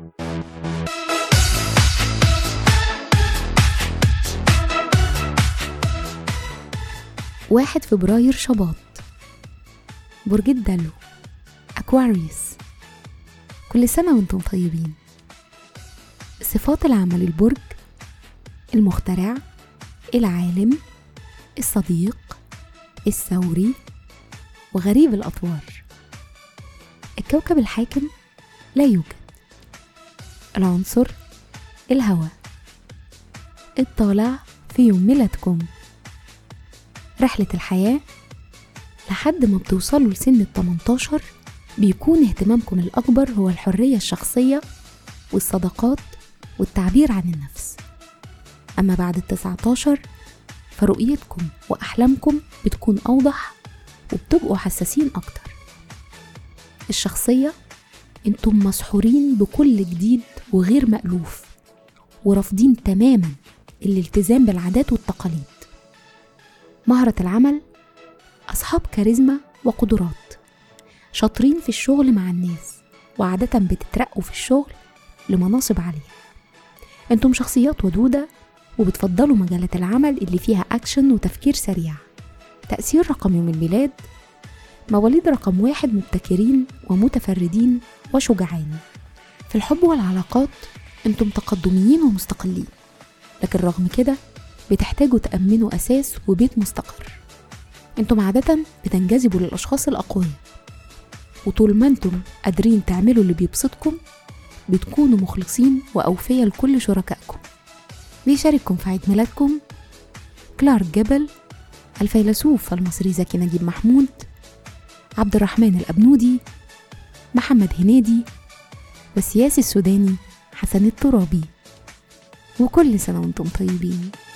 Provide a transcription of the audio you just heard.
واحد فبراير شباط، برج الدلو، أكواريوس. كل سنة وانتم طيبين. صفات العمل البرج: المخترع، العالم، الصديق، الثوري، وغريب الأطوار. الكوكب الحاكم لا يوجد. العنصر الهواء. الطالع في يوم ميلادكم. رحلة الحياة: لحد ما بتوصلوا لسن 18 بيكون اهتمامكم الأكبر هو الحرية الشخصية والصداقات والتعبير عن النفس. أما بعد 19 فرؤيتكم وأحلامكم بتكون أوضح وبتبقوا حساسين أكتر. الشخصية: انتم مسحورين بكل جديد وغير مألوف ورافضين تماما الالتزام بالعادات والتقاليد. مهرة العمل: أصحاب كاريزما وقدرات، شاطرين في الشغل مع الناس وعادة بتترقوا في الشغل لمناصب عالية. انتم شخصيات ودودة وبتفضلوا مجالات العمل اللي فيها أكشن وتفكير سريع. تأثير رقم يوم الميلاد: مواليد رقم 1 مبتكرين ومتفردين وشجعان. في الحب والعلاقات انتم تقدميين ومستقلين، لكن رغم كده بتحتاجوا تأمنوا أساس وبيت مستقر. انتم عادة بتنجذبوا للأشخاص الأقوياء، وطول ما انتم قادرين تعملوا اللي بيبسطكم بتكونوا مخلصين وأوفياء لكل شركائكم. بيشارككم في عيد ميلادكم كلارك جبل، الفيلسوف المصري زكي نجيب محمود، عبد الرحمن الأبنودي، محمد هنيدي، والسياسي السوداني حسن الترابي. وكل سنة وانتم طيبين.